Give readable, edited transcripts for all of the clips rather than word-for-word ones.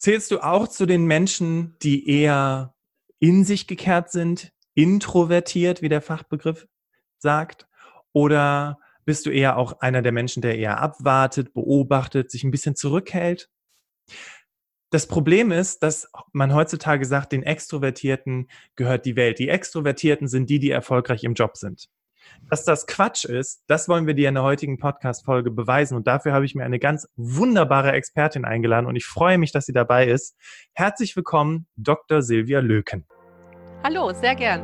Zählst du auch zu den Menschen, die eher in sich gekehrt sind, introvertiert, wie der Fachbegriff sagt? Oder bist du eher auch einer der Menschen, der eher abwartet, beobachtet, sich ein bisschen zurückhält? Das Problem ist, dass man heutzutage sagt, den Extrovertierten gehört die Welt. Die Extrovertierten sind die, die erfolgreich im Job sind. Dass das Quatsch ist, das wollen wir dir in der heutigen Podcast-Folge beweisen. Und dafür habe ich mir eine ganz wunderbare Expertin eingeladen und ich freue mich, dass sie dabei ist. Herzlich willkommen, Dr. Silvia Löken. Hallo, sehr gern.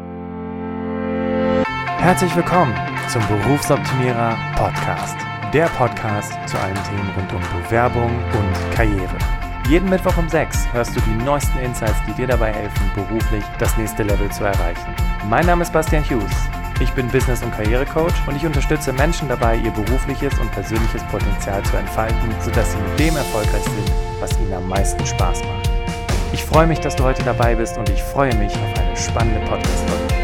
Herzlich willkommen zum Berufsoptimierer Podcast. Der Podcast zu allen Themen rund um Bewerbung und Karriere. Jeden Mittwoch um 6 hörst du die neuesten Insights, die dir dabei helfen, beruflich das nächste Level zu erreichen. Mein Name ist Bastian Hughes. Ich bin Business- und Karrierecoach und ich unterstütze Menschen dabei, ihr berufliches und persönliches Potenzial zu entfalten, sodass sie mit dem erfolgreich sind, was ihnen am meisten Spaß macht. Ich freue mich, dass du heute dabei bist und ich freue mich auf eine spannende Podcast-Folge.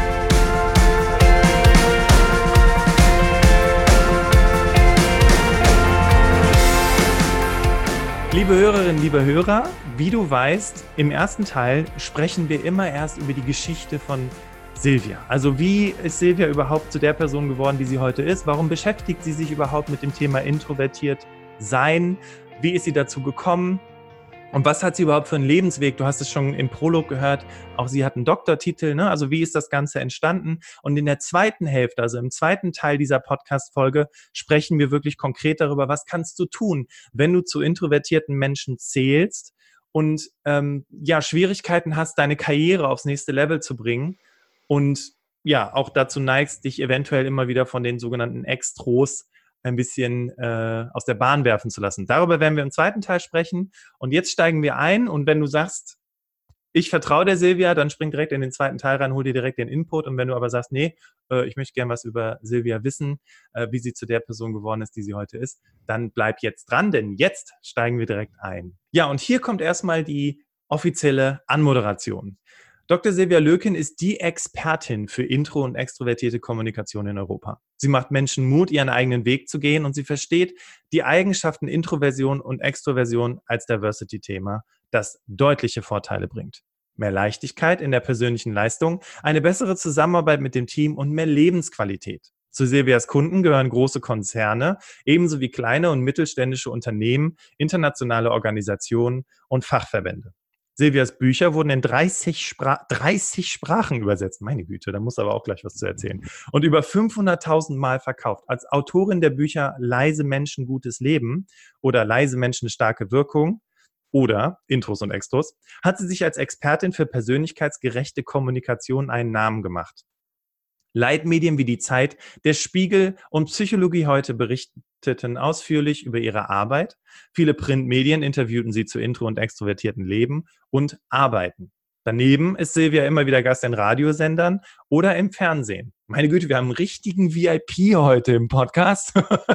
Liebe Hörerinnen, liebe Hörer, wie du weißt, im ersten Teil sprechen wir immer erst über die Geschichte von Silvia. Also wie ist Silvia überhaupt zu der Person geworden, die sie heute ist? Warum beschäftigt sie sich überhaupt mit dem Thema introvertiert sein? Wie ist sie dazu gekommen? Und was hat sie überhaupt für einen Lebensweg? Du hast es schon im Prolog gehört, auch sie hat einen Doktortitel, ne? Also wie ist das Ganze entstanden? Und in der zweiten Hälfte, also im zweiten Teil dieser Podcast-Folge, sprechen wir wirklich konkret darüber, was kannst du tun, wenn du zu introvertierten Menschen zählst und Schwierigkeiten hast, deine Karriere aufs nächste Level zu bringen und ja, auch dazu neigst, dich eventuell immer wieder von den sogenannten Extros ein bisschen aus der Bahn werfen zu lassen. Darüber werden wir im zweiten Teil sprechen. Und jetzt steigen wir ein. Und wenn du sagst, ich vertraue der Silvia, dann spring direkt in den zweiten Teil rein, hol dir direkt den Input. Und wenn du aber sagst, nee, ich möchte gern was über Silvia wissen, wie sie zu der Person geworden ist, die sie heute ist, dann bleib jetzt dran, denn jetzt steigen wir direkt ein. Ja, und hier kommt erstmal die offizielle Anmoderation. Dr. Silvia Löken ist die Expertin für intro- und extrovertierte Kommunikation in Europa. Sie macht Menschen Mut, ihren eigenen Weg zu gehen und sie versteht die Eigenschaften Introversion und Extroversion als Diversity-Thema, das deutliche Vorteile bringt. Mehr Leichtigkeit in der persönlichen Leistung, eine bessere Zusammenarbeit mit dem Team und mehr Lebensqualität. Zu Silvias Kunden gehören große Konzerne, ebenso wie kleine und mittelständische Unternehmen, internationale Organisationen und Fachverbände. Silvias Bücher wurden in 30 Sprachen übersetzt. Meine Güte, da muss aber auch gleich was zu erzählen. Und über 500.000 Mal verkauft. Als Autorin der Bücher Leise Menschen gutes Leben oder Leise Menschen starke Wirkung oder Intros und Extros hat sie sich als Expertin für persönlichkeitsgerechte Kommunikation einen Namen gemacht. Leitmedien wie die Zeit, der Spiegel und Psychologie heute berichteten ausführlich über ihre Arbeit. Viele Printmedien interviewten sie zu intro- und extrovertierten Leben und Arbeiten. Daneben ist Silvia immer wieder Gast in Radiosendern oder im Fernsehen. Meine Güte, wir haben einen richtigen VIP heute im Podcast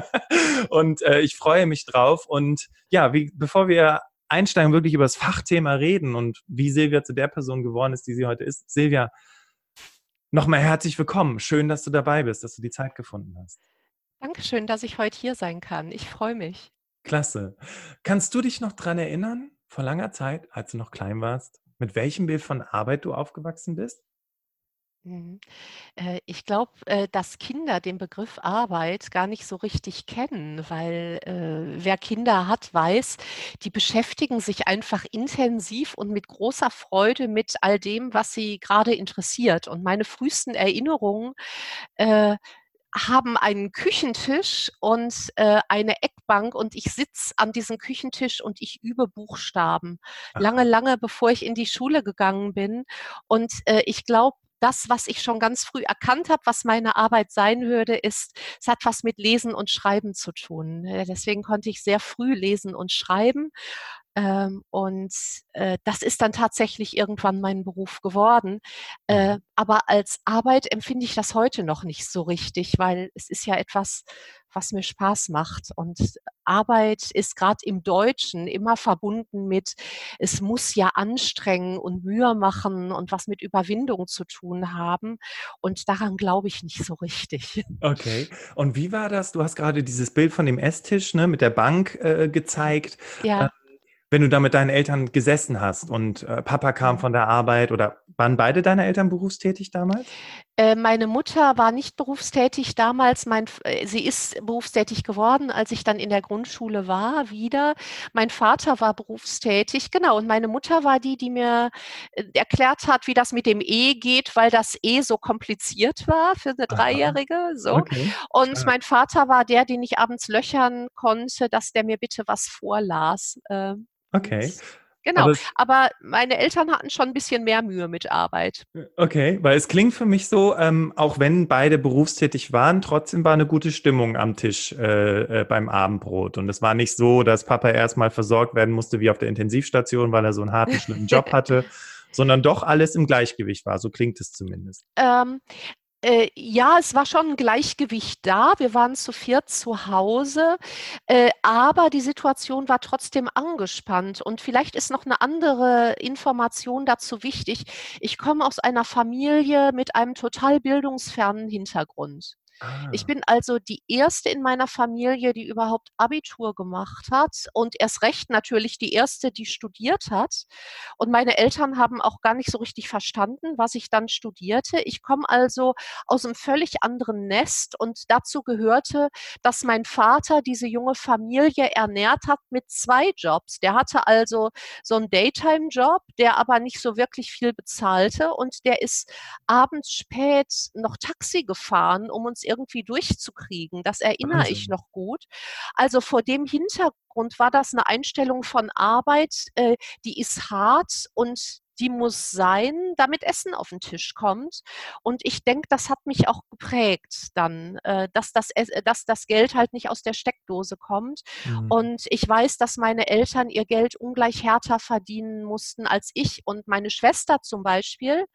und ich freue mich drauf. Und ja, bevor wir einsteigen, wirklich über das Fachthema reden und wie Silvia zu der Person geworden ist, die sie heute ist. Silvia, nochmal herzlich willkommen. Schön, dass du dabei bist, dass du die Zeit gefunden hast. Dankeschön, dass ich heute hier sein kann. Ich freue mich. Klasse. Kannst du dich noch dran erinnern, vor langer Zeit, als du noch klein warst, mit welchem Bild von Arbeit du aufgewachsen bist? Mhm. Ich glaube, dass Kinder den Begriff Arbeit gar nicht so richtig kennen, weil wer Kinder hat, weiß, die beschäftigen sich einfach intensiv und mit großer Freude mit all dem, was sie gerade interessiert. Und meine frühesten Erinnerungen äh, haben einen Küchentisch und eine Eckbank und ich sitze an diesem Küchentisch und ich übe Buchstaben. Lange, Aha. lange bevor ich in die Schule gegangen bin. Und ich glaube, das, was ich schon ganz früh erkannt habe, was meine Arbeit sein würde, ist, es hat was mit Lesen und Schreiben zu tun. Deswegen konnte ich sehr früh lesen und schreiben. Das ist dann tatsächlich irgendwann mein Beruf geworden. Mhm. Aber als Arbeit empfinde ich das heute noch nicht so richtig, weil es ist ja etwas, was mir Spaß macht. Und Arbeit ist gerade im Deutschen immer verbunden mit, es muss ja anstrengen und Mühe machen und was mit Überwindung zu tun haben. Und daran glaube ich nicht so richtig. Okay. Und wie war das? Du hast gerade dieses Bild von dem Esstisch, ne, mit der Bank gezeigt. Ähm, Ja. wenn du da mit deinen Eltern gesessen hast und Papa kam von der Arbeit oder waren beide deine Eltern berufstätig damals? Meine Mutter war nicht berufstätig damals. Sie ist berufstätig geworden, als ich dann in der Grundschule war, wieder. Mein Vater war berufstätig, genau. Und meine Mutter war die, die mir erklärt hat, wie das mit dem E geht, weil das E so kompliziert war für eine Aha, Dreijährige. So. okay, Und stark. mein Vater war der, den ich abends löchern konnte, dass der mir bitte was vorlas. Und Okay. genau. Aber Aber meine Eltern hatten schon ein bisschen mehr Mühe mit Arbeit. okay, weil es klingt für mich so, auch wenn beide berufstätig waren, trotzdem war eine gute Stimmung am Tisch beim Abendbrot. Und es war nicht so, dass Papa erstmal versorgt werden musste wie auf der Intensivstation, weil er so einen harten, schlimmen Job hatte, sondern doch alles im Gleichgewicht war. So klingt es zumindest. Ähm, ja, es war schon ein Gleichgewicht da. Wir waren zu viert zu Hause, aber die Situation war trotzdem angespannt. Und vielleicht ist noch eine andere Information dazu wichtig. Ich komme aus einer Familie mit einem total bildungsfernen Hintergrund. Ich Ah, bin also die erste in meiner Familie, die überhaupt Abitur gemacht hat und erst recht natürlich die erste, die studiert hat. Und meine Eltern haben auch gar nicht so richtig verstanden, was ich dann studierte. Ich komme also aus einem völlig anderen Nest und dazu gehörte, dass mein Vater diese junge Familie ernährt hat mit 2 Jobs. Der hatte also so einen Daytime-Job, der aber nicht so wirklich viel bezahlte und der ist abends spät noch Taxi gefahren, um uns irgendwie durchzukriegen. Das erinnere ich Wahnsinn. noch gut. Also vor dem Hintergrund war das eine Einstellung von Arbeit, die ist hart und die muss sein, damit Essen auf den Tisch kommt. Und ich denke, das hat mich auch geprägt dann, dass das Geld halt nicht aus der Steckdose kommt. Mhm. Und ich weiß, dass meine Eltern ihr Geld ungleich härter verdienen mussten als ich und meine Schwester zum Beispiel,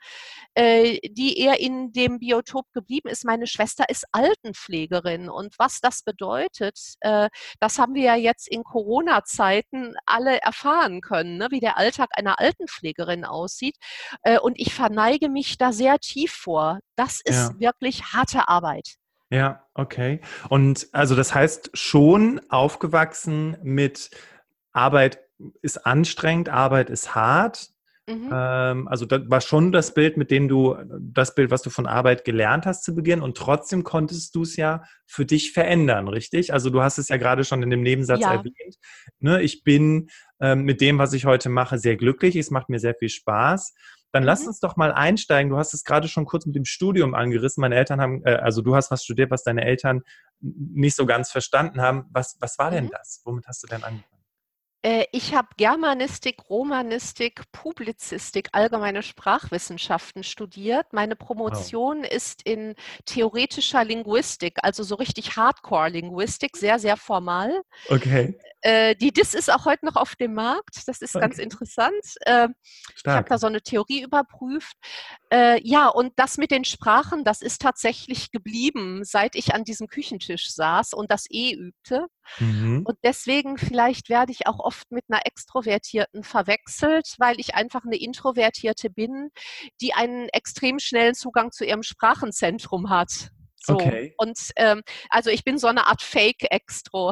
die eher in dem Biotop geblieben ist. Meine Schwester ist Altenpflegerin und was das bedeutet, das haben wir ja jetzt in Corona-Zeiten alle erfahren können, ne, wie der Alltag einer Altenpflegerin aussieht. Und ich verneige mich da sehr tief vor. Das Ja. ist wirklich harte Arbeit. Ja, okay. Und also das heißt schon aufgewachsen mit Arbeit ist anstrengend, Arbeit ist hart. Mhm. Also das war schon das Bild, mit dem du, das Bild, was du von Arbeit gelernt hast zu Beginn und trotzdem konntest du es ja für dich verändern, richtig? Also du hast es ja gerade schon in dem Nebensatz Ja. erwähnt. Ne, ich bin mit dem, was ich heute mache, sehr glücklich. Es macht mir sehr viel Spaß. Dann lass Mhm. uns doch mal einsteigen. Du hast es gerade schon kurz mit dem Studium angerissen. Meine Eltern haben, also du hast was studiert, was deine Eltern nicht so ganz verstanden haben. Was war denn Mhm. das? Womit hast du denn angefangen? Ich habe Germanistik, Romanistik, Publizistik, allgemeine Sprachwissenschaften studiert. Meine Wow. Promotion ist in theoretischer Linguistik, also so richtig Hardcore-Linguistik, sehr, sehr formal. Okay, Die DIS ist auch heute noch auf dem Markt. Das ist ganz okay, interessant. Ich habe stark. da so eine Theorie überprüft. Ja, und das mit den Sprachen, das ist tatsächlich geblieben, seit ich an diesem Küchentisch saß und das übte. Mhm. Und deswegen vielleicht werde ich auch oft mit einer Extrovertierten verwechselt, weil ich einfach eine Introvertierte bin, die einen extrem schnellen Zugang zu ihrem Sprachenzentrum hat. So. Okay. Und also ich bin so eine Art Fake-Extro.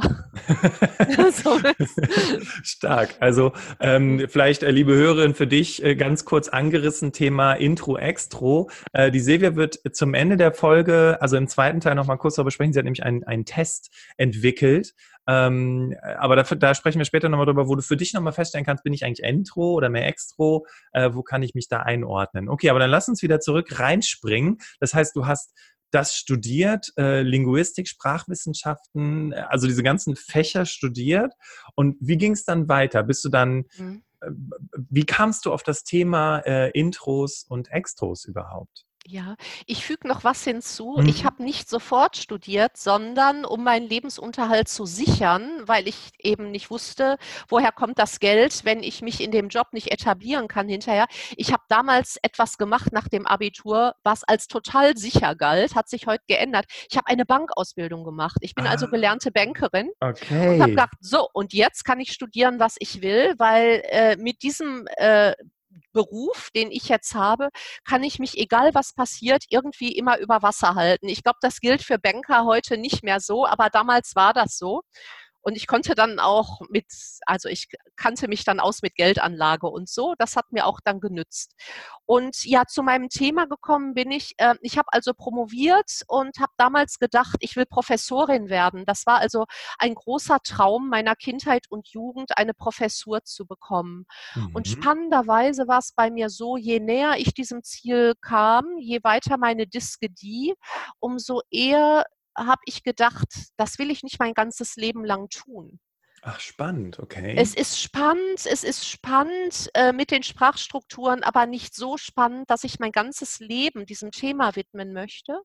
So. Stark. Also vielleicht, liebe Hörerin, für dich ganz kurz angerissen, Thema Intro, Extro. Die Silvia wird zum Ende der Folge, also im zweiten Teil nochmal kurz darüber sprechen. Sie hat nämlich einen Test entwickelt. Aber da sprechen wir später nochmal drüber, wo du für dich nochmal feststellen kannst, bin ich eigentlich Intro oder mehr Extro? Wo kann ich mich da einordnen? Okay, aber dann lass uns wieder zurück reinspringen. Das heißt, du hast das studiert, Linguistik, Sprachwissenschaften, also diese ganzen Fächer studiert. Und wie ging es dann weiter? Bist du dann, Mhm. äh, wie kamst du auf das Thema Intros und Extros überhaupt? Ja, ich füge noch was hinzu. Ich Mhm. habe nicht sofort studiert, sondern um meinen Lebensunterhalt zu sichern, weil ich eben nicht wusste, woher kommt das Geld, wenn ich mich in dem Job nicht etablieren kann hinterher. Ich habe damals etwas gemacht nach dem Abitur, was als total sicher galt, hat sich heute geändert. Ich habe eine Bankausbildung gemacht. Ich bin also Ah, gelernte Bankerin und habe okay. gedacht, so, und jetzt kann ich studieren, was ich will, weil mit diesem Beruf, den ich jetzt habe, kann ich mich, egal was passiert, irgendwie immer über Wasser halten. Ich glaube, das gilt für Banker heute nicht mehr so, aber damals war das so. Und ich konnte dann auch also ich kannte mich dann aus mit Geldanlage und so. Das hat mir auch dann genützt. Und ja, zu meinem Thema gekommen bin ich. Ich habe also promoviert und habe damals gedacht, ich will Professorin werden. Das war also ein großer Traum meiner Kindheit und Jugend, eine Professur zu bekommen. Und Mhm. spannenderweise war es bei mir so, je näher ich diesem Ziel kam, je weiter meine Dis gedieh, umso eher habe ich gedacht, das will ich nicht mein ganzes Leben lang tun. Ach, spannend, okay. Es ist spannend mit den Sprachstrukturen, aber nicht so spannend, dass ich mein ganzes Leben diesem Thema widmen möchte.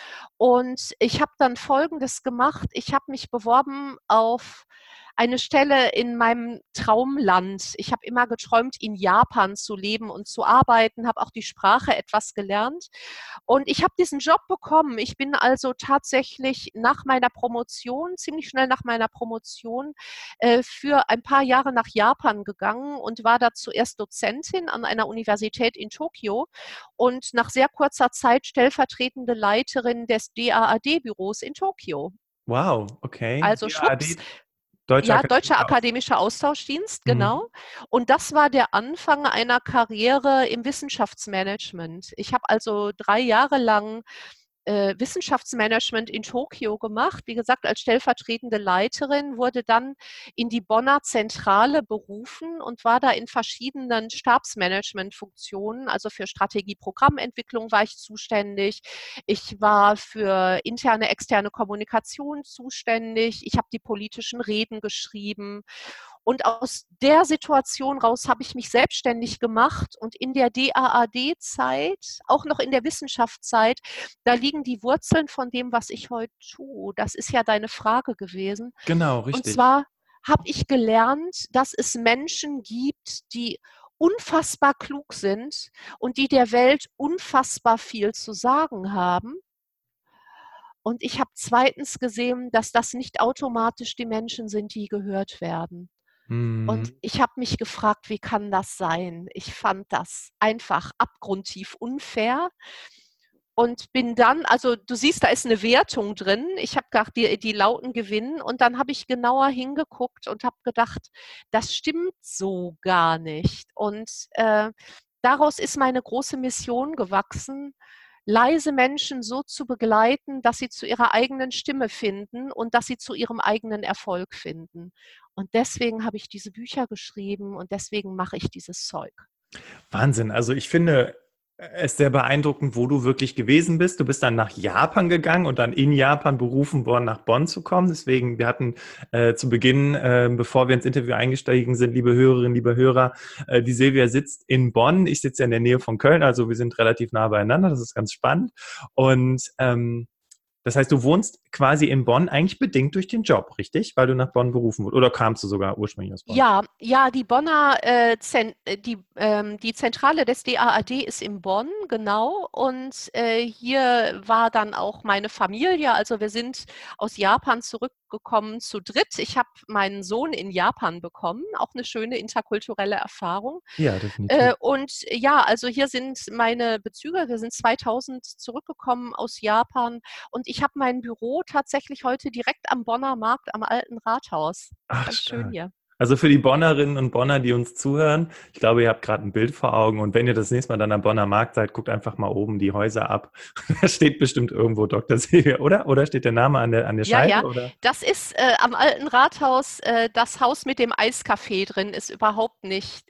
Und ich habe dann Folgendes gemacht. Ich habe mich beworben auf eine Stelle in meinem Traumland. Ich habe immer geträumt, in Japan zu leben und zu arbeiten, habe auch die Sprache etwas gelernt. Und ich habe diesen Job bekommen. Ich bin also tatsächlich nach meiner Promotion, ziemlich schnell nach meiner Promotion, für ein paar Jahre nach Japan gegangen und war da zuerst Dozentin an einer Universität in Tokio und nach sehr kurzer Zeit stellvertretende Leiterin des DAAD-Büros in Tokio. Wow, okay. Also schwupps, DAAD, Deutscher ja, Deutscher Akademischer Akademischer Austauschdienst, Mhm. genau. Und das war der Anfang einer Karriere im Wissenschaftsmanagement. Ich habe also 3 Jahre lang Wissenschaftsmanagement in Tokio gemacht. Wie gesagt, als stellvertretende Leiterin, wurde dann in die Bonner Zentrale berufen und war da in verschiedenen Stabsmanagementfunktionen. Also für Strategie, Programmentwicklung war ich zuständig. Ich war für interne, externe Kommunikation zuständig. Ich habe die politischen Reden geschrieben. Und aus der Situation raus habe ich mich selbstständig gemacht und in der DAAD-Zeit, auch noch in der Wissenschaftszeit, da liegen die Wurzeln von dem, was ich heute tue. Das ist ja deine Frage gewesen. Genau, Und richtig. zwar habe ich gelernt, dass es Menschen gibt, die unfassbar klug sind und die der Welt unfassbar viel zu sagen haben. Und ich habe zweitens gesehen, dass das nicht automatisch die Menschen sind, die gehört werden. Und Mhm. ich habe mich gefragt, wie kann das sein? Ich fand das einfach abgrundtief unfair und bin dann, also du siehst, da ist eine Wertung drin. Ich habe gedacht, die Lauten gewinnen und dann habe ich genauer hingeguckt und habe gedacht, das stimmt so gar nicht. Und daraus ist meine große Mission gewachsen, leise Menschen so zu begleiten, dass sie zu ihrer eigenen Stimme finden und dass sie zu ihrem eigenen Erfolg finden. Und deswegen habe ich diese Bücher geschrieben und deswegen mache ich dieses Zeug. Wahnsinn. Also ich finde es sehr beeindruckend, wo du wirklich gewesen bist. Du bist dann nach Japan gegangen und dann in Japan berufen worden, nach Bonn zu kommen. Deswegen, wir hatten zu Beginn, bevor wir ins Interview eingestiegen sind, liebe Hörerinnen, liebe Hörer, die Silvia sitzt in Bonn. Ich sitze ja in der Nähe von Köln, also wir sind relativ nah beieinander. Das ist ganz spannend. Und das heißt, du wohnst quasi in Bonn eigentlich bedingt durch den Job, richtig? Weil du nach Bonn berufen wurdest. Oder kamst du sogar ursprünglich aus Bonn? Ja, ja, die Bonner, die Zentrale des DAAD ist in Bonn, genau. Und hier war dann auch meine Familie. Also wir sind aus Japan zurückgekommen zu dritt. Ich habe meinen Sohn in Japan bekommen, auch eine schöne interkulturelle Erfahrung. Ja, definitiv. Und ja, also hier sind meine Bezüge. Wir sind 2000 zurückgekommen aus Japan und ich habe mein Büro tatsächlich heute direkt am Bonner Markt, am Alten Rathaus. Ach, Ganz schön stark. hier. Also für die Bonnerinnen und Bonner, die uns zuhören, ich glaube, ihr habt gerade ein Bild vor Augen und wenn ihr das nächste Mal dann am Bonner Markt seid, guckt einfach mal oben die Häuser ab. Da steht bestimmt irgendwo Dr. Silvia, oder? Oder steht der Name an der Ja, Scheibe, ja, oder? das ist am Alten Rathaus, das Haus mit dem Eiscafé drin ist überhaupt nicht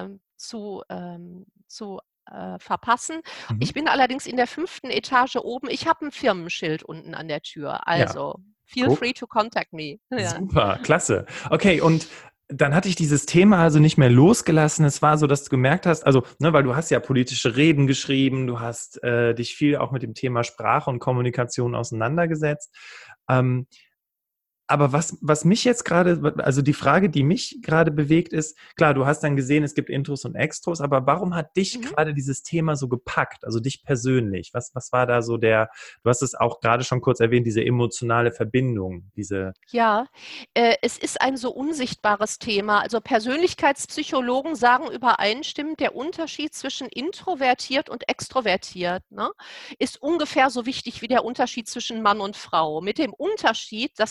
zu verpassen. Mhm. Ich bin allerdings in der 5. Etage oben. Ich habe ein Firmenschild unten an der Tür. Ja, Also, feel free guck. to contact me. Ja. Super, klasse. Okay, und dann hatte ich dieses Thema also nicht mehr losgelassen. Es war so, dass du gemerkt hast, also, ne, weil du hast ja politische Reden geschrieben, du hast dich viel auch mit dem Thema Sprache und Kommunikation auseinandergesetzt. Ähm, Aber was mich jetzt gerade, also die Frage, die mich gerade bewegt, ist, klar, du hast dann gesehen, es gibt Intros und Extros, aber warum hat dich Mhm. gerade dieses Thema so gepackt, also dich persönlich? Was war da so du hast es auch gerade schon kurz erwähnt, diese emotionale Verbindung, diese, Ja, es ist ein so unsichtbares Thema. Also Persönlichkeitspsychologen sagen übereinstimmend, der Unterschied zwischen introvertiert und extrovertiert, ne, ist ungefähr so wichtig wie der Unterschied zwischen Mann und Frau. Mit dem Unterschied, dass wir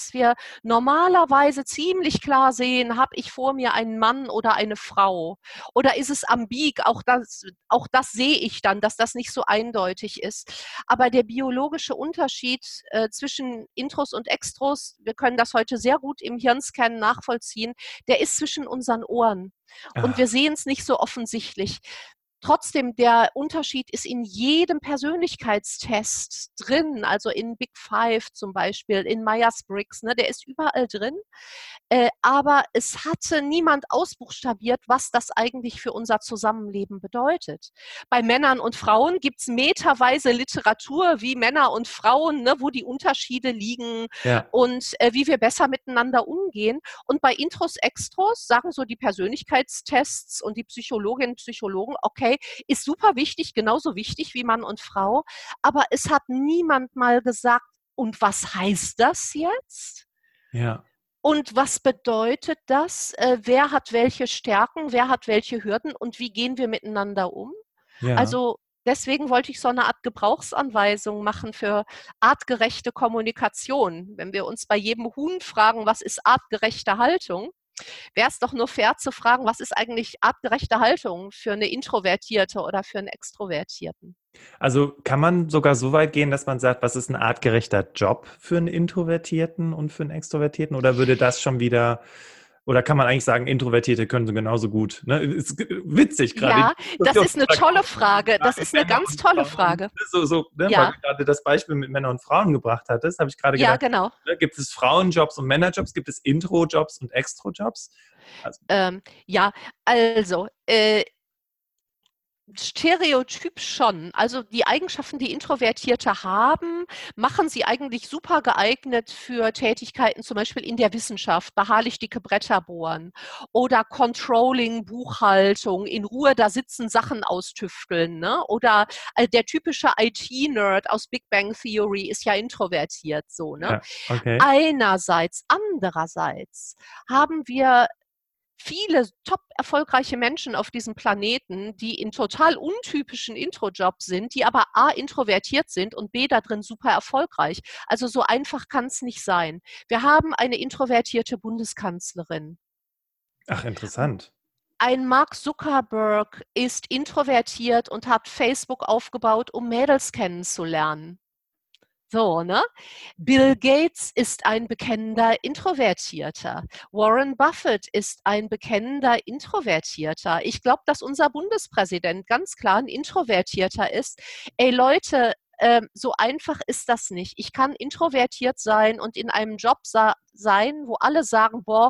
normalerweise ziemlich klar sehen, habe ich vor mir einen Mann oder eine Frau? Oder ist es ambig? Auch das sehe ich dann, dass das nicht so eindeutig ist. Aber der biologische Unterschied zwischen Intros und Extros, wir können das heute sehr gut im Hirnscan nachvollziehen, der ist zwischen unseren Ohren. Und wir Ach, sehen es nicht so offensichtlich. Trotzdem, der Unterschied ist in jedem Persönlichkeitstest drin, also in Big Five zum Beispiel, in Myers-Briggs, ne, der ist überall drin. Aber es hatte niemand ausbuchstabiert, was das eigentlich für unser Zusammenleben bedeutet. Bei Männern und Frauen gibt es meterweise Literatur, wie Männer und Frauen, ne, wo die Unterschiede liegen ja, und wie wir besser miteinander umgehen. Und bei Intros, Extros sagen so die Persönlichkeitstests und die Psychologinnen und Psychologen, okay, ist super wichtig, genauso wichtig wie Mann und Frau. Aber es hat niemand mal gesagt, und was heißt das jetzt? ja, Und was bedeutet das? Wer hat welche Stärken, wer hat welche Hürden und wie gehen wir miteinander um? ja. Also deswegen wollte ich so eine Art Gebrauchsanweisung machen für artgerechte Kommunikation. Wenn wir uns bei jedem Huhn fragen, was ist artgerechte Haltung, wäre es doch nur fair zu fragen, was ist eigentlich artgerechte Haltung für eine Introvertierte oder für einen Extrovertierten? Also kann man sogar so weit gehen, dass man sagt, was ist ein artgerechter Job für einen Introvertierten und für einen Extrovertierten? Oder würde das schon wieder, oder kann man eigentlich sagen, Introvertierte können so genauso gut? Ne? Ist witzig gerade. Ja, das ist eine tolle Frage. Das ist eine Männer ganz und tolle Frauen, Frage. ne, weil Ja, du gerade das Beispiel mit Männern und Frauen gebracht hattest, habe ich gerade ja, gedacht, genau. ne, gibt es Frauenjobs und Männerjobs, gibt es Intro-Jobs und Extro-Jobs? Also, Ja, also Stereotyp schon. Also die Eigenschaften, die Introvertierte haben, machen sie eigentlich super geeignet für Tätigkeiten, zum Beispiel in der Wissenschaft, beharrlich dicke Bretter bohren oder Controlling, Buchhaltung, in Ruhe da sitzen, Sachen austüfteln. Ne? Oder der typische IT-Nerd aus Big Bang Theory ist ja introvertiert so. Ne? ja, okay. Einerseits, andererseits haben wir viele top erfolgreiche Menschen auf diesem Planeten, die in total untypischen Intro-Jobs sind, die aber A, introvertiert sind und B, da drin super erfolgreich. Also so einfach kann es nicht sein. Wir haben eine introvertierte Bundeskanzlerin. Ach, interessant. Ein Mark Zuckerberg ist introvertiert und hat Facebook aufgebaut, um Mädels kennenzulernen. So, ne? Bill Gates ist ein bekennender Introvertierter. Warren Buffett ist ein bekennender Introvertierter. Ich glaube, dass unser Bundespräsident ganz klar ein Introvertierter ist. Ey Leute, so einfach ist das nicht. Ich kann introvertiert sein und in einem Job sein, wo alle sagen, boah,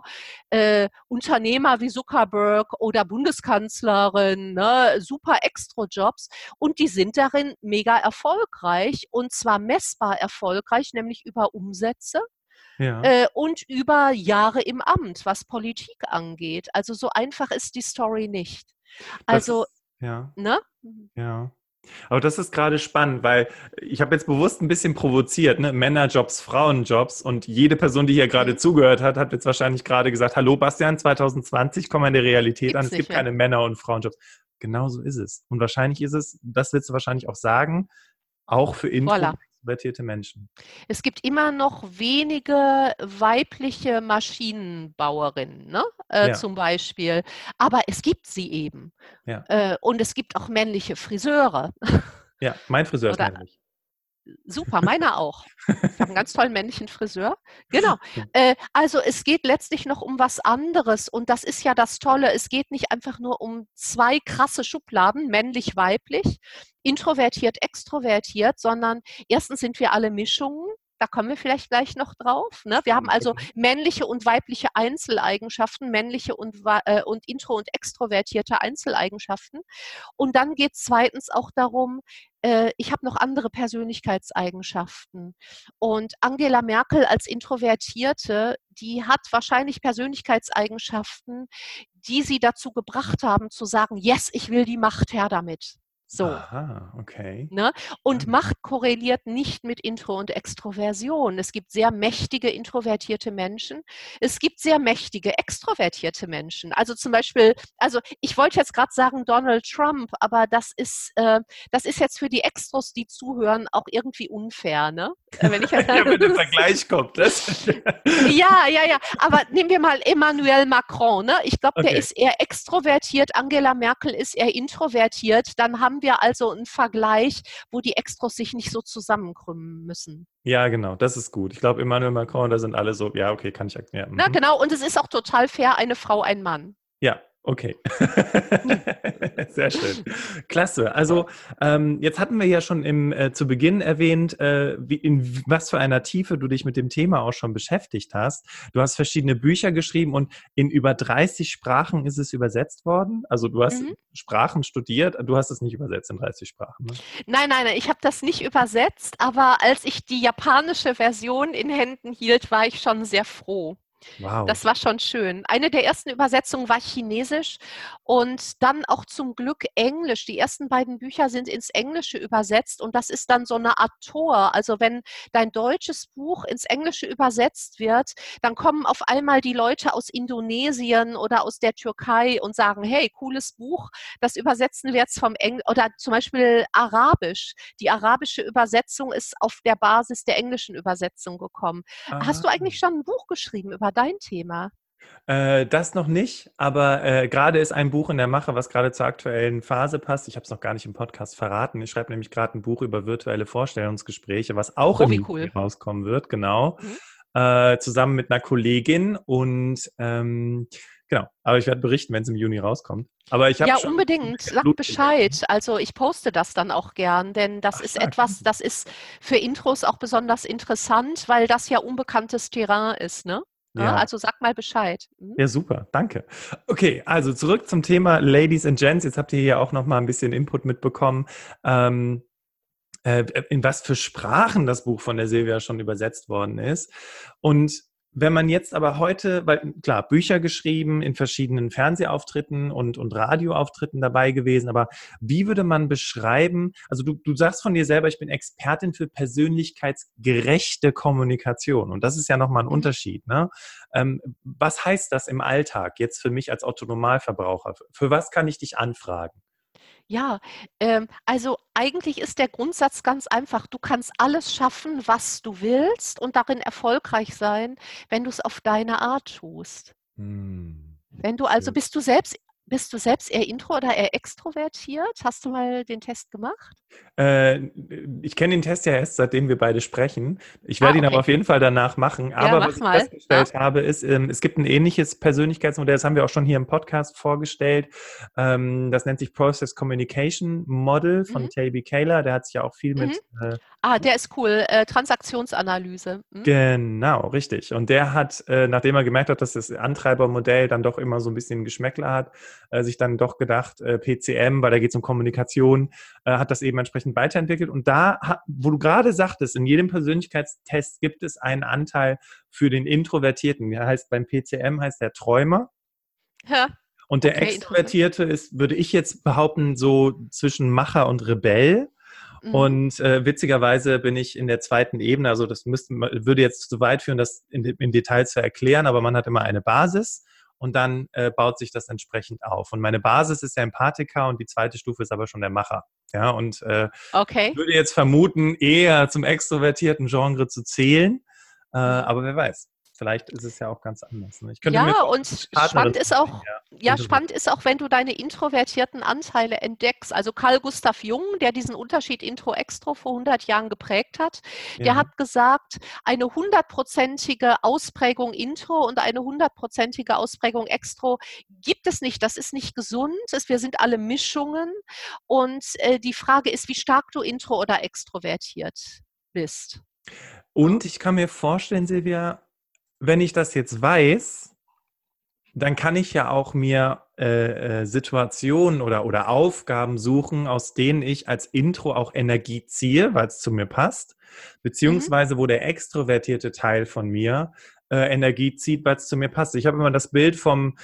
Unternehmer wie Zuckerberg oder Bundeskanzlerin, ne, super Extra-Jobs und die sind darin mega erfolgreich und zwar messbar erfolgreich, nämlich über Umsätze Ja, und über Jahre im Amt, was Politik angeht. Also so einfach ist die Story nicht. das Also, ist, ja, ne? ja. Aber das ist gerade spannend, weil ich habe jetzt bewusst ein bisschen provoziert, ne? Männerjobs, Frauenjobs und jede Person, die hier gerade Mhm. zugehört hat, hat jetzt wahrscheinlich gerade gesagt, hallo Bastian, 2020, komm mal in der Realität an, Gibt's es gibt nicht mehr. keine Männer- und Frauenjobs. Genau so ist es. Und wahrscheinlich ist es, das willst du wahrscheinlich auch sagen, auch für intro- Voilà. und extrovertierte Menschen. Es gibt immer noch wenige weibliche Maschinenbauerinnen, ne? Ja, Zum Beispiel. Aber es gibt sie eben. ja, Und es gibt auch männliche Friseure. ja. Mein Friseur ist Oder männlich. super, meiner auch. Ich habe einen ganz tollen männlichen Friseur. Genau. Also es geht letztlich noch um was anderes. Und das ist ja das Tolle. Es geht nicht einfach nur um zwei krasse Schubladen, männlich, weiblich, introvertiert, extrovertiert, sondern erstens sind wir alle Mischungen. Da kommen wir vielleicht gleich noch drauf. Ne? Wir haben Spannend, also okay. männliche und weibliche Einzeleigenschaften, männliche und intro- und extrovertierte Einzeleigenschaften. Und dann geht es zweitens auch darum, ich habe noch andere Persönlichkeitseigenschaften. Und Angela Merkel als Introvertierte, die hat wahrscheinlich Persönlichkeitseigenschaften, die sie dazu gebracht haben zu sagen, yes, ich will die Macht her damit. So. Aha, okay. Ne? Und Spannend. Macht korreliert nicht mit Intro und Extroversion. Es gibt sehr mächtige introvertierte Menschen. Es gibt sehr mächtige extrovertierte Menschen. Also zum Beispiel, also ich wollte jetzt gerade sagen Donald Trump, aber das ist jetzt für die Extros, die zuhören, auch irgendwie unfair. Ne? Wenn ich jetzt, Ja, wenn der Vergleich kommt. Das. ja, ja, ja. Aber nehmen wir mal Emmanuel Macron. Ne? Ich glaube, der Okay. ist eher extrovertiert. Angela Merkel ist eher introvertiert. Dann haben wir also einen Vergleich, wo die Extros sich nicht so zusammenkrümmen müssen. Ja, genau, das ist gut. Ich glaube, Emmanuel Macron, da sind alle so, ja, okay, kann ich erklären. Na, Mhm. genau. Und es ist auch total fair, eine Frau, ein Mann. Ja, okay. Sehr schön. Klasse. Also jetzt hatten wir ja schon zu Beginn erwähnt, in was für einer Tiefe du dich mit dem Thema auch schon beschäftigt hast. Du hast verschiedene Bücher geschrieben und in über 30 Sprachen ist es übersetzt worden. Also du hast Mhm. Sprachen studiert, du hast es nicht übersetzt in 30 Sprachen. Ne? Nein, nein, nein, ich habe das nicht übersetzt, aber als ich die japanische Version in Händen hielt, war ich schon sehr froh. Wow. Das war schon schön. Eine der ersten Übersetzungen war Chinesisch und dann auch zum Glück Englisch. Die ersten beiden Bücher sind ins Englische übersetzt und das ist dann so eine Art Tor. Also wenn dein deutsches Buch ins Englische übersetzt wird, dann kommen auf einmal die Leute aus Indonesien oder aus der Türkei und sagen, hey, cooles Buch, das übersetzen wir jetzt vom Englisch oder zum Beispiel Arabisch. Die arabische Übersetzung ist auf der Basis der englischen Übersetzung gekommen. Hast Ah. du eigentlich schon ein Buch geschrieben über dein Thema? Das noch nicht, aber gerade ist ein Buch in der Mache, was gerade zur aktuellen Phase passt. Ich habe es noch gar nicht im Podcast verraten. Ich schreibe nämlich gerade ein Buch über virtuelle Vorstellungsgespräche, was auch Oh, im wie Juni cool. rauskommen wird, genau. Mhm. Zusammen mit einer Kollegin und genau, aber ich werde berichten, wenn es im Juni rauskommt. Aber ich habe Ja, schon unbedingt. Sag Blut geleckt. Bescheid. Also ich poste das dann auch gern, denn das Ach, ist stark. etwas, das ist für Intros auch besonders interessant, weil das ja unbekanntes Terrain ist, ne? Ja, Ja. also sag mal Bescheid. Mhm. Ja, super, danke. Okay, also zurück zum Thema Ladies and Gents. Jetzt habt ihr hier auch noch mal ein bisschen Input mitbekommen. Ähm, in was für Sprachen das Buch von der Silvia schon übersetzt worden ist. Und wenn man jetzt aber heute, weil klar, Bücher geschrieben, in verschiedenen Fernsehauftritten und Radioauftritten dabei gewesen, aber wie würde man beschreiben, also du sagst von dir selber, ich bin Expertin für persönlichkeitsgerechte Kommunikation und das ist ja nochmal ein Mhm. Unterschied. Ne? Was heißt das im Alltag jetzt für mich als Autonomalverbraucher? Für was kann ich dich anfragen? Ja, also eigentlich ist der Grundsatz ganz einfach. Du kannst alles schaffen, was du willst und darin erfolgreich sein, wenn du es auf deine Art tust. Hm. Wenn du also bist du selbst eher intro oder eher extrovertiert? Hast du mal den Test gemacht? Äh, Ich kenne den Test ja erst, seitdem wir beide sprechen. Ich Ah, werde ihn aber okay. auf jeden Fall danach machen. Ja, Aber was mach ich mal. Ja? festgestellt habe, ist, es gibt ein ähnliches Persönlichkeitsmodell, das haben wir auch schon hier im Podcast vorgestellt. Das nennt sich Process Communication Model von Mhm. J.B. Kahler. Der hat sich ja auch viel Mhm. mit Ah, der ist cool. Transaktionsanalyse. Mhm. genau, richtig. Und der hat, nachdem er gemerkt hat, dass das Antreibermodell dann doch immer so ein bisschen Geschmäckler hat, sich dann doch gedacht, PCM, weil da geht es um Kommunikation, hat das eben entsprechend weiterentwickelt. Und da, wo du gerade sagtest, in jedem Persönlichkeitstest gibt es einen Anteil für den Introvertierten. Der heißt beim PCM heißt der Träumer. Ja, Und der okay, interessant. Extrovertierte ist, würde ich jetzt behaupten, so zwischen Macher und Rebell. Mhm. Und witzigerweise bin ich in der zweiten Ebene, also das würde jetzt zu weit führen, das in Detail zu erklären, aber man hat immer eine Basis und dann baut sich das entsprechend auf. Und meine Basis ist der Empathiker und die zweite Stufe ist aber schon der Macher. Ja, und ich Okay. würde jetzt vermuten, eher zum extrovertierten Genre zu zählen, Mhm. aber wer weiß. Vielleicht ist es ja auch ganz anders. Ne? Ich könnte mir Ja, vorstellen, dass und die Partnerin von mir eher spannend introvertiert ist auch, wenn du deine introvertierten Anteile entdeckst. Also Carl Gustav Jung, der diesen Unterschied Intro-Extro vor 100 Jahren geprägt hat, ist. der Ja. hat gesagt, eine 100-prozentige Ausprägung Intro und eine 100-prozentige Ausprägung Extro gibt es nicht. Das ist nicht gesund. Wir sind alle Mischungen. Und die Frage ist, wie stark du intro oder extrovertiert bist. Ne? Und ich kann mir vorstellen, Silvia, wenn ich das jetzt weiß, dann kann ich ja auch mir Situationen oder Aufgaben suchen, aus denen ich als Intro auch Energie ziehe, weil es zu mir passt, Mhm. beziehungsweise wo der extrovertierte Teil von mir Energie zieht, weil es zu mir passt. Ich habe immer das Bild vom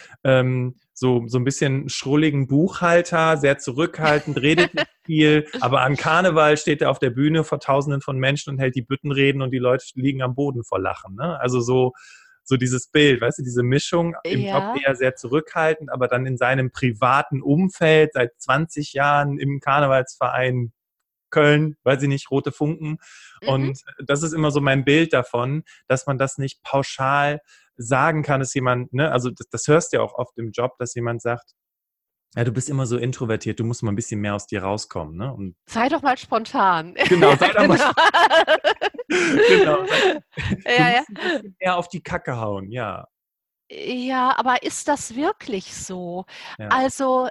so ein bisschen schrulligen Buchhalter, sehr zurückhaltend, redet nicht viel, aber an Karneval steht er auf der Bühne vor Tausenden von Menschen und hält die Büttenreden und die Leute liegen am Boden vor Lachen. Ne? Also so dieses Bild, weißt du, diese Mischung im Job Ja. eher sehr zurückhaltend, aber dann in seinem privaten Umfeld seit 20 Jahren im Karnevalsverein Köln, weiß ich nicht, rote Funken. Mhm. Und das ist immer so mein Bild davon, dass man das nicht pauschal sagen kann, dass jemand, ne, also das hörst du ja auch oft im Job, dass jemand sagt, ja, du bist immer so introvertiert, du musst mal ein bisschen mehr aus dir rauskommen, ne? Und Sei doch mal spontan. genau, sei doch mal, Genau. genau, du Ja, ja. musst ein bisschen mehr auf die Kacke hauen, ja, Ja, aber ist das wirklich so? ja. Also,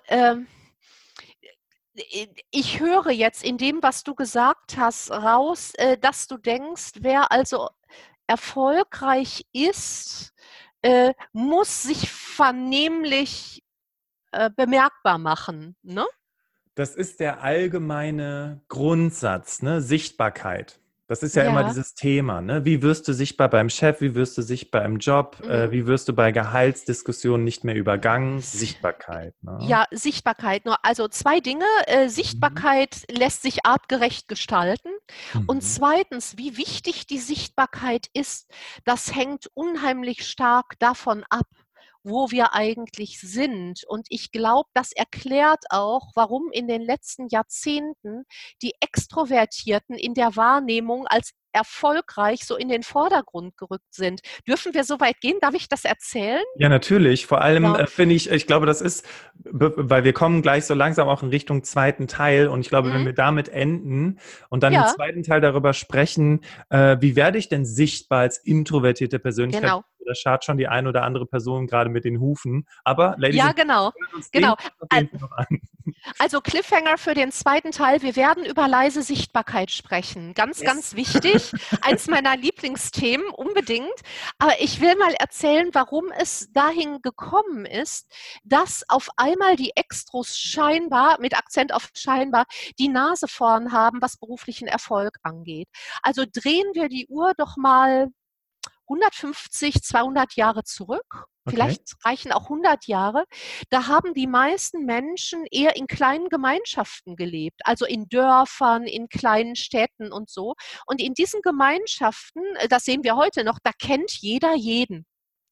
ich höre jetzt in dem, was du gesagt hast, raus, dass du denkst, wer also erfolgreich ist, muss sich vernehmlich, bemerkbar machen, ne? Das ist der allgemeine Grundsatz, ne? Sichtbarkeit. Das ist ja immer Ja. dieses Thema, ne? Wie wirst du sichtbar beim Chef? Wie wirst du sichtbar im Job? Mhm. Wie wirst du bei Gehaltsdiskussionen nicht mehr übergangen? Sichtbarkeit, ne? Ja, Sichtbarkeit. Nur also 2 Dinge. Mhm. Sichtbarkeit lässt sich artgerecht gestalten. Und Mhm. zweitens, wie wichtig die Sichtbarkeit ist, das hängt unheimlich stark davon ab, wo wir eigentlich sind. Und ich glaube, das erklärt auch, warum in den letzten Jahrzehnten die Extrovertierten in der Wahrnehmung als erfolgreich so in den Vordergrund gerückt sind. Dürfen wir so weit gehen? Darf ich das erzählen? Ja, natürlich. Vor allem Ja. finde ich glaube, das ist, weil wir kommen gleich so langsam auch in Richtung zweiten Teil. Und ich glaube, wenn Mhm. wir damit enden und dann im Ja, zweiten Teil darüber sprechen, wie werde ich denn sichtbar als introvertierte Persönlichkeit? genau. Da schart schon die eine oder andere Person gerade mit den Hufen. Aber, Ladies Ja, and Gentlemen, genau, wir hören uns den genau. Part auf Al jeden Fall noch an. Also Cliffhanger für den zweiten Teil. Wir werden über leise Sichtbarkeit sprechen. Ganz, Yes. ganz wichtig. Eins meiner Lieblingsthemen, unbedingt. Aber ich will mal erzählen, warum es dahin gekommen ist, dass auf einmal die Extros scheinbar, mit Akzent auf scheinbar, die Nase vorn haben, was beruflichen Erfolg angeht. Also drehen wir die Uhr doch mal 150, 200 Jahre zurück. Okay. Vielleicht reichen auch 100 Jahre. Da haben die meisten Menschen eher in kleinen Gemeinschaften gelebt, also in Dörfern, in kleinen Städten und so. Und in diesen Gemeinschaften, das sehen wir heute noch, da kennt jeder jeden.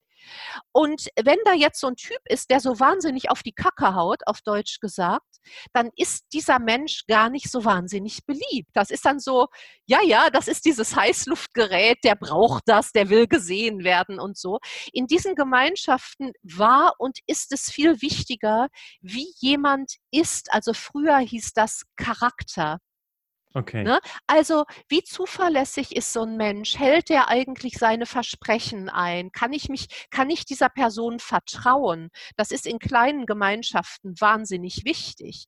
Und wenn da jetzt so ein Typ ist, der so wahnsinnig auf die Kacke haut, auf Deutsch gesagt, dann ist dieser Mensch gar nicht so wahnsinnig beliebt. Das ist dann so, ja, ja, das ist dieses Heißluftgerät, der braucht das, der will gesehen werden und so. In diesen Gemeinschaften war und ist es viel wichtiger, wie jemand ist. Also früher hieß das Charakter. Okay. Ne? Also, wie zuverlässig ist so ein Mensch? Hält der eigentlich seine Versprechen ein? Kann ich dieser Person vertrauen? Das ist in kleinen Gemeinschaften wahnsinnig wichtig.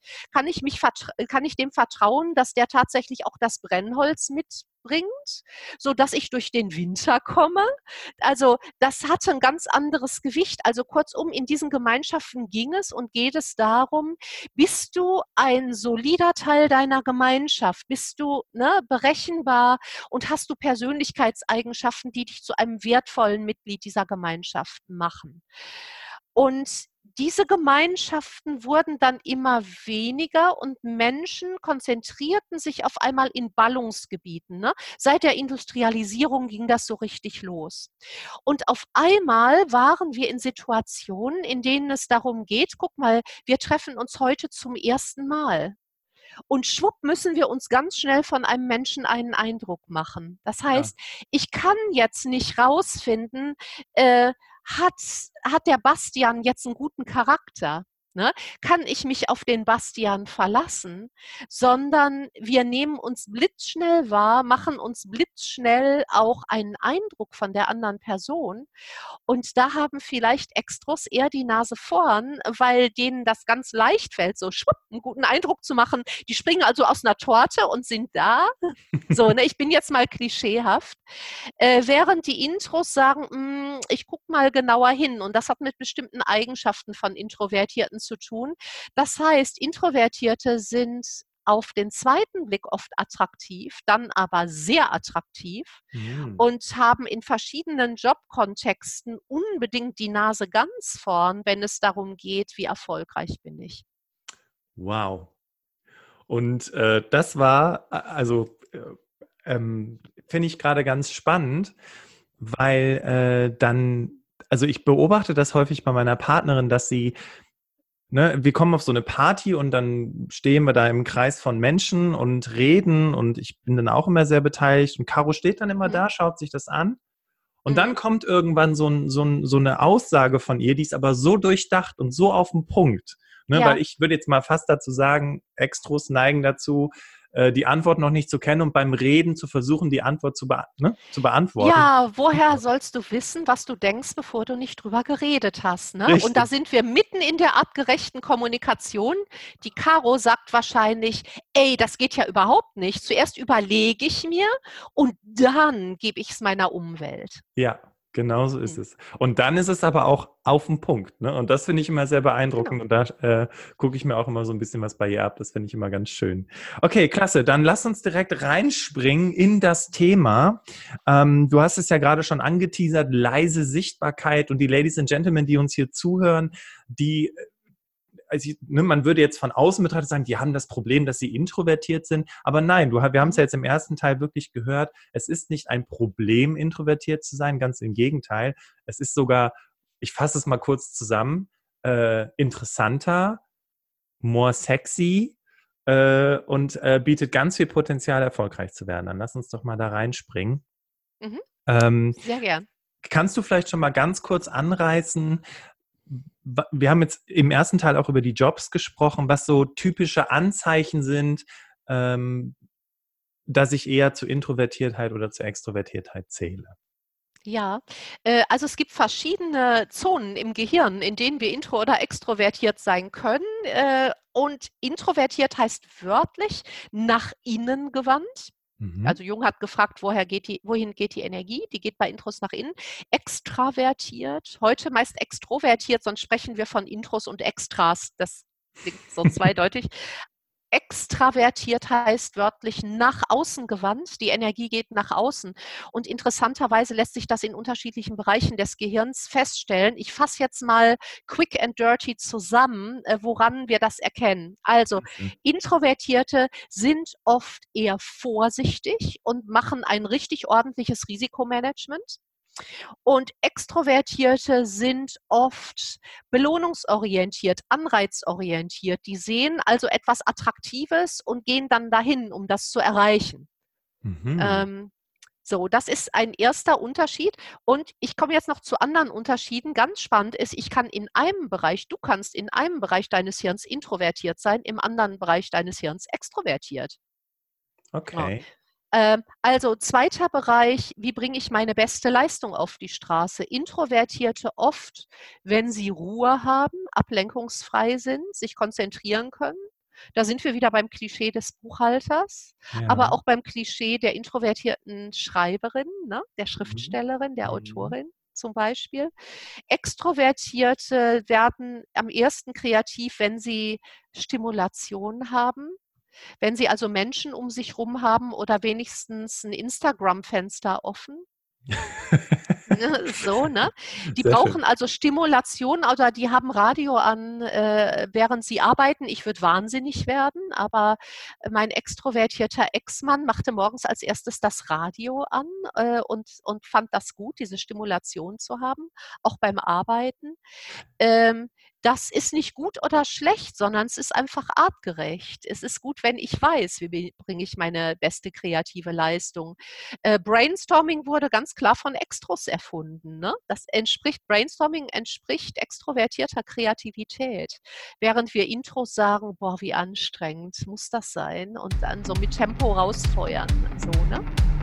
Kann ich dem vertrauen, dass der tatsächlich auch das Brennholz mitbringt, sodass ich durch den Winter komme? Also, das hatte ein ganz anderes Gewicht. Also, kurzum, in diesen Gemeinschaften ging es und geht es darum, bist du ein solider Teil deiner Gemeinschaft? Bist du, ne, berechenbar und hast du Persönlichkeitseigenschaften, die dich zu einem wertvollen Mitglied dieser Gemeinschaft machen? Und diese Gemeinschaften wurden dann immer weniger und Menschen konzentrierten sich auf einmal in Ballungsgebieten. Ne? Seit der Industrialisierung ging das so richtig los. Und auf einmal waren wir in Situationen, in denen es darum geht, guck mal, wir treffen uns heute zum ersten Mal. Und schwupp müssen wir uns ganz schnell von einem Menschen einen Eindruck machen. Das Ja. heißt, ich kann jetzt nicht rausfinden, äh, hat, hat der Bastian jetzt einen guten Charakter? Ne? Kann ich mich auf den Bastian verlassen, sondern wir nehmen uns blitzschnell wahr, machen uns blitzschnell auch einen Eindruck von der anderen Person und da haben vielleicht Extros eher die Nase vorn, weil denen das ganz leicht fällt, so schwupp, einen guten Eindruck zu machen. Die springen also aus einer Torte und sind da. So, ne, ich bin jetzt mal klischeehaft. Während die Intros sagen, ich gucke mal genauer hin. Und das hat mit bestimmten Eigenschaften von Introvertierten zu tun. Das heißt, Introvertierte sind auf den zweiten Blick oft attraktiv, dann aber sehr attraktiv Mhm. und haben in verschiedenen Jobkontexten unbedingt die Nase ganz vorn, wenn es darum geht, wie erfolgreich bin ich. Wow. Und das war, also finde ich gerade ganz spannend, weil dann, also ich beobachte das häufig bei meiner Partnerin, dass sie ne, wir kommen auf so eine Party und dann stehen wir da im Kreis von Menschen und reden und ich bin dann auch immer sehr beteiligt und Caro steht dann immer Mhm. da, schaut sich das an und dann Mhm. kommt irgendwann so eine Aussage von ihr, die ist aber so durchdacht und so auf den Punkt, ne, weil Ja. ich würde jetzt mal fast dazu sagen, Extros neigen dazu, die Antwort noch nicht zu kennen und beim Reden zu versuchen, die Antwort zu beantworten. Ja, woher sollst du wissen, was du denkst, bevor du nicht drüber geredet hast, ne? Und da Richtig. sind wir mitten in der artgerechten Kommunikation. Die Caro sagt wahrscheinlich: „Ey, das geht ja überhaupt nicht. Zuerst überlege ich mir und dann gebe ich es meiner Umwelt.“ Ja, genau so ist Mhm, es. Und dann ist es aber auch auf den Punkt, ne? Und das finde ich immer sehr genau. beeindruckend und da gucke ich mir auch immer so ein bisschen was bei ihr ab. Das finde ich immer ganz schön. Okay, klasse. Dann lass uns direkt reinspringen in das Thema. Du hast es ja gerade schon angeteasert, leise Sichtbarkeit und die Ladies and Gentlemen, die uns hier zuhören, die also ne, man würde jetzt von außen betrachtet sagen, die haben das Problem, dass sie introvertiert sind. Aber nein, wir haben es Mhm, ja jetzt im ersten Teil wirklich gehört. Es ist nicht ein Problem, introvertiert zu sein, ganz im Gegenteil. Es ist sogar, ich fasse es mal kurz zusammen, interessanter, more sexy und bietet ganz viel Potenzial, erfolgreich zu werden. Dann lass uns doch mal da reinspringen. mhm, Ähm, sehr gern. Kannst du vielleicht schon mal ganz kurz anreißen, wir haben jetzt im ersten Teil auch über die Jobs gesprochen, was so typische Anzeichen sind, ähm, dass ich eher zu Introvertiertheit oder zu Extrovertiertheit zähle. Ja, also es gibt verschiedene Zonen im Gehirn, in denen wir intro oder extrovertiert sein können. Und introvertiert heißt wörtlich nach innen gewandt. Mhm. Also Jung hat gefragt, wohin geht die Energie? Die geht bei Intros nach innen. Extravertiert, heute meist extrovertiert, sonst sprechen wir von Intros und Extras. Das klingt so zweideutig. Extravertiert heißt wörtlich nach außen gewandt. Die Energie geht nach außen. Und interessanterweise lässt sich das in unterschiedlichen Bereichen des Gehirns feststellen. Ich fasse jetzt mal quick and dirty zusammen, woran wir das erkennen. Also, Mhm. Introvertierte sind oft eher vorsichtig und machen ein richtig ordentliches Risikomanagement. Und Extrovertierte sind oft belohnungsorientiert, anreizorientiert. Die sehen also etwas Attraktives und gehen dann dahin, um das zu erreichen. Mhm. Ähm, so, das ist ein erster Unterschied. Und ich komme jetzt noch zu anderen Unterschieden. Ganz spannend ist, du kannst in einem Bereich deines Hirns introvertiert sein, im anderen Bereich deines Hirns extrovertiert. Ja. Okay. Also zweiter Bereich, wie bringe ich meine beste Leistung auf die Straße? Introvertierte oft, wenn sie Ruhe haben, ablenkungsfrei sind, sich konzentrieren können. Da sind wir wieder beim Klischee des Buchhalters, Ja. aber auch beim Klischee der introvertierten Schreiberin, ne? Der Mhm. Schriftstellerin, der Mhm. Autorin zum Beispiel. Extrovertierte werden am ersten kreativ, wenn sie Stimulation haben, wenn Sie also Menschen um sich rum haben oder wenigstens ein Instagram-Fenster offen, ne, so, ne? Die Sehr schön. brauchen also Stimulation oder die haben Radio an, während sie arbeiten. Ich würde wahnsinnig werden, aber mein extrovertierter Ex-Mann machte morgens als erstes das Radio an, und fand das gut, diese Stimulation zu haben, auch beim Arbeiten. Ähm, Das ist nicht gut oder schlecht, sondern es ist einfach artgerecht. Es ist gut, wenn ich weiß, wie bringe ich meine beste kreative Leistung. Brainstorming wurde ganz klar von Extros erfunden. Ne? Brainstorming entspricht extrovertierter Kreativität. Während wir Intros sagen, boah, wie anstrengend muss das sein? Und dann so mit Tempo rausfeuern. So, ne?